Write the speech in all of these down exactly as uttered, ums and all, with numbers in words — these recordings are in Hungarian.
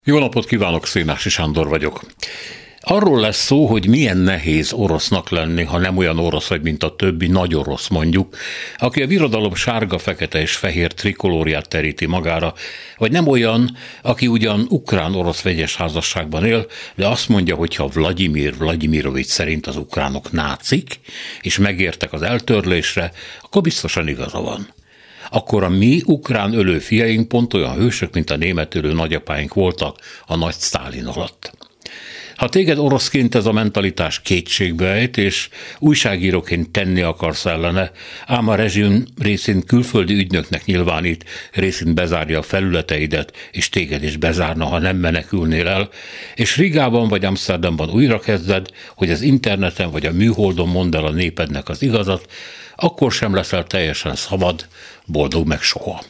Jó napot kívánok, Szénási Sándor vagyok. Arról lesz szó, hogy milyen nehéz orosznak lenni, ha nem olyan orosz vagy, mint a többi nagy orosz mondjuk, aki a birodalom sárga, fekete és fehér trikolóriát teríti magára, vagy nem olyan, aki ugyan ukrán-orosz vegyes házasságban él, de azt mondja, hogy ha Vladimir Vladimirovics szerint az ukránok nácik, és megértek az eltörlésre, akkor biztosan igaza van. Akkor a mi ukrán ölő fiaink pont olyan hősök, mint a német ölő nagyapáink voltak a nagy Sztálin alatt. Ha téged oroszként ez a mentalitás kétségbe ejt, és újságíróként tenni akarsz ellene, ám a rezsim részint külföldi ügynöknek nyilvánít, részint bezárja a felületeidet, és téged is bezárna, ha nem menekülnél el, és Rigában vagy Amsterdamban újra kezded, hogy az interneten vagy a műholdon mondd el a népednek az igazat, akkor sem leszel teljesen szabad, boldog meg soha.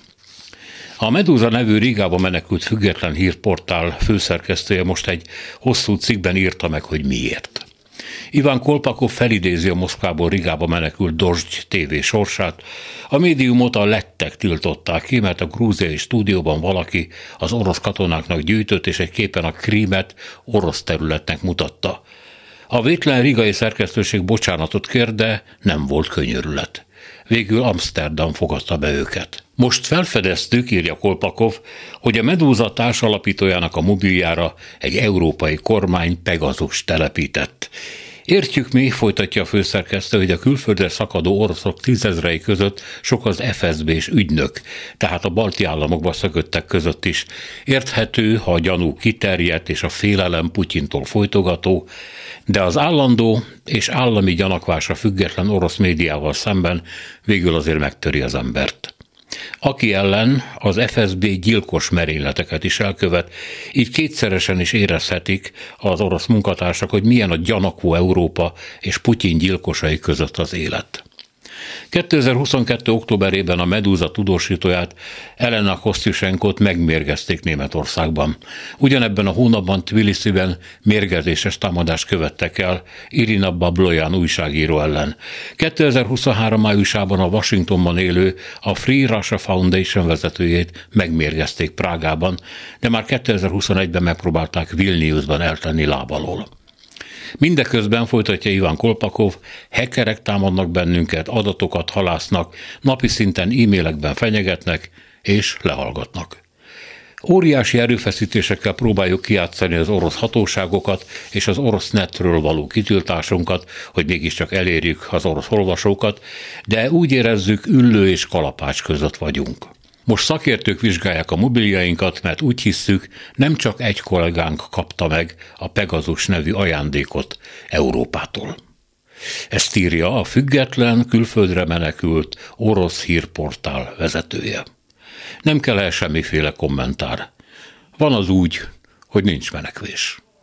A Medúza nevű Rigába menekült független hírportál főszerkesztője most egy hosszú cikkben írta meg, hogy miért. Iván Kolpakov felidézi a Moszkvából Rigába menekült Dozsd té vé sorsát. A médiumot a lettek tiltották ki, mert a grúziai stúdióban valaki az orosz katonáknak gyűjtött, és egy képen a Krímet orosz területnek mutatta. A vétlen rigai szerkesztőség bocsánatot kér, de nem volt könyörület. Végül Amsterdam fogadta be őket. Most felfedeztük, írja Kolpakov, hogy a Medúza társalapítójának a mobiljára egy európai kormány Pegasus telepített. Értjük mi, folytatja a főszerkesztő, hogy a külföldre szakadó oroszok tízezrei között sok az ef es bé-s ügynök, tehát a balti államokba szököttek között is. Érthető, ha a gyanú kiterjedt és a félelem Putyintól folytogató, de az állandó és állami gyanakvásra független orosz médiával szemben végül azért megtöri az embert. Aki ellen az ef es bé gyilkos merényleteket is elkövet, így kétszeresen is érezhetik az orosz munkatársak, hogy milyen a gyanakvó Európa és Putyin gyilkosai között az élet. kétezer-huszonkettő. októberében a Medúza tudósítóját, Elena Kosztjusenkót megmérgezték Németországban. Ugyanebben a hónapban Tbilisiben mérgezéses támadást követtek el Irina Bablojan újságíró ellen. kétezer-huszonhárom. májusában a Washingtonban élő a Free Russia Foundation vezetőjét megmérgezték Prágában, de már kétezer-huszonegyben megpróbálták Vilniusban eltenni láb alól. Mindeközben, folytatja Iván Kolpakov, hackerek támadnak bennünket, adatokat halásznak, napi szinten e-mailekben fenyegetnek és lehallgatnak. Óriási erőfeszítésekkel próbáljuk kijátszani az orosz hatóságokat és az orosz netről való kitiltásunkat, hogy mégiscsak elérjük az orosz olvasókat, de úgy érezzük, Üllő és Kalapács között vagyunk. Most szakértők vizsgálják a mobiljainkat, mert úgy hisszük, nem csak egy kollégánk kapta meg a Pegasus nevű ajándékot Európától. Ezt írja a független, külföldre menekült orosz hírportál vezetője. Nem kell el semmiféle kommentár. Van az úgy, hogy nincs menekvés.